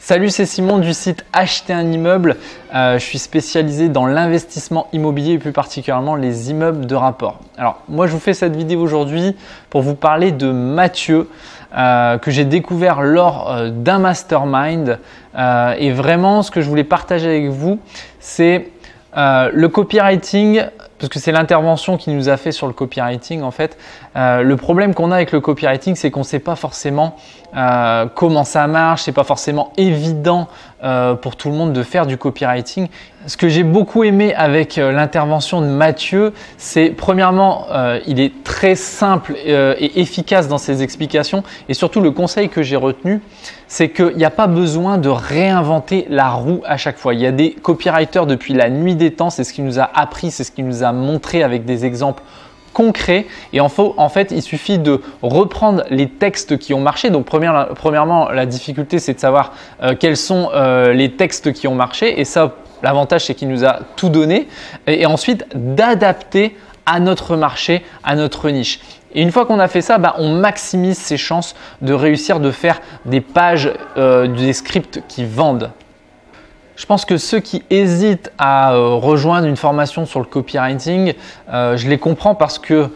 Salut, c'est Simon du site Acheter un immeuble. Je suis spécialisé dans l'investissement immobilier et plus particulièrement les immeubles de rapport. Alors moi je vous fais cette vidéo aujourd'hui pour vous parler de Mathieu que j'ai découvert lors d'un mastermind et vraiment ce que je voulais partager avec vous c'est le copywriting, parce que c'est l'intervention qui nous a fait sur le copywriting en fait. Le problème qu'on a avec le copywriting, c'est qu'on ne sait pas forcément comment ça marche, c'est pas forcément évident pour tout le monde de faire du copywriting. Ce que j'ai beaucoup aimé avec l'intervention de Mathieu, c'est premièrement, il est très simple et efficace dans ses explications et surtout le conseil que j'ai retenu, c'est qu'il n'y a pas besoin de réinventer la roue à chaque fois. Il y a des copywriters depuis la nuit des temps, c'est ce qu'il nous a appris, c'est ce qu'il nous a montré avec des exemples concret et en fait il suffit de reprendre les textes qui ont marché. Donc premièrement la difficulté c'est de savoir quels sont les textes qui ont marché et ça l'avantage c'est qu'il nous a tout donné et ensuite d'adapter à notre marché, à notre niche. Et une fois qu'on a fait ça, on maximise ses chances de réussir de faire des pages, des scripts qui vendent. Je pense que ceux qui hésitent à rejoindre une formation sur le copywriting, je les comprends parce que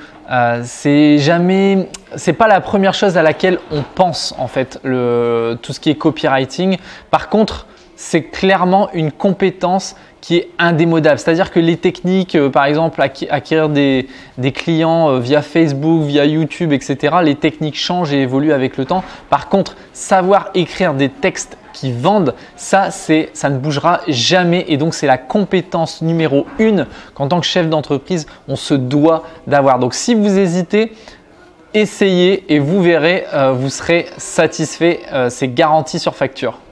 c'est pas la première chose à laquelle on pense en fait, tout ce qui est copywriting. Par contre, c'est clairement une compétence qui est indémodable. C'est-à-dire que les techniques, par exemple, acquérir des clients via Facebook, via YouTube, etc., les techniques changent et évoluent avec le temps. Par contre, savoir écrire des textes qui vendent, ça ne bougera jamais et donc c'est la compétence numéro 1 qu'en tant que chef d'entreprise, on se doit d'avoir. Donc si vous hésitez, essayez et vous verrez, vous serez satisfait, c'est garanti sur facture.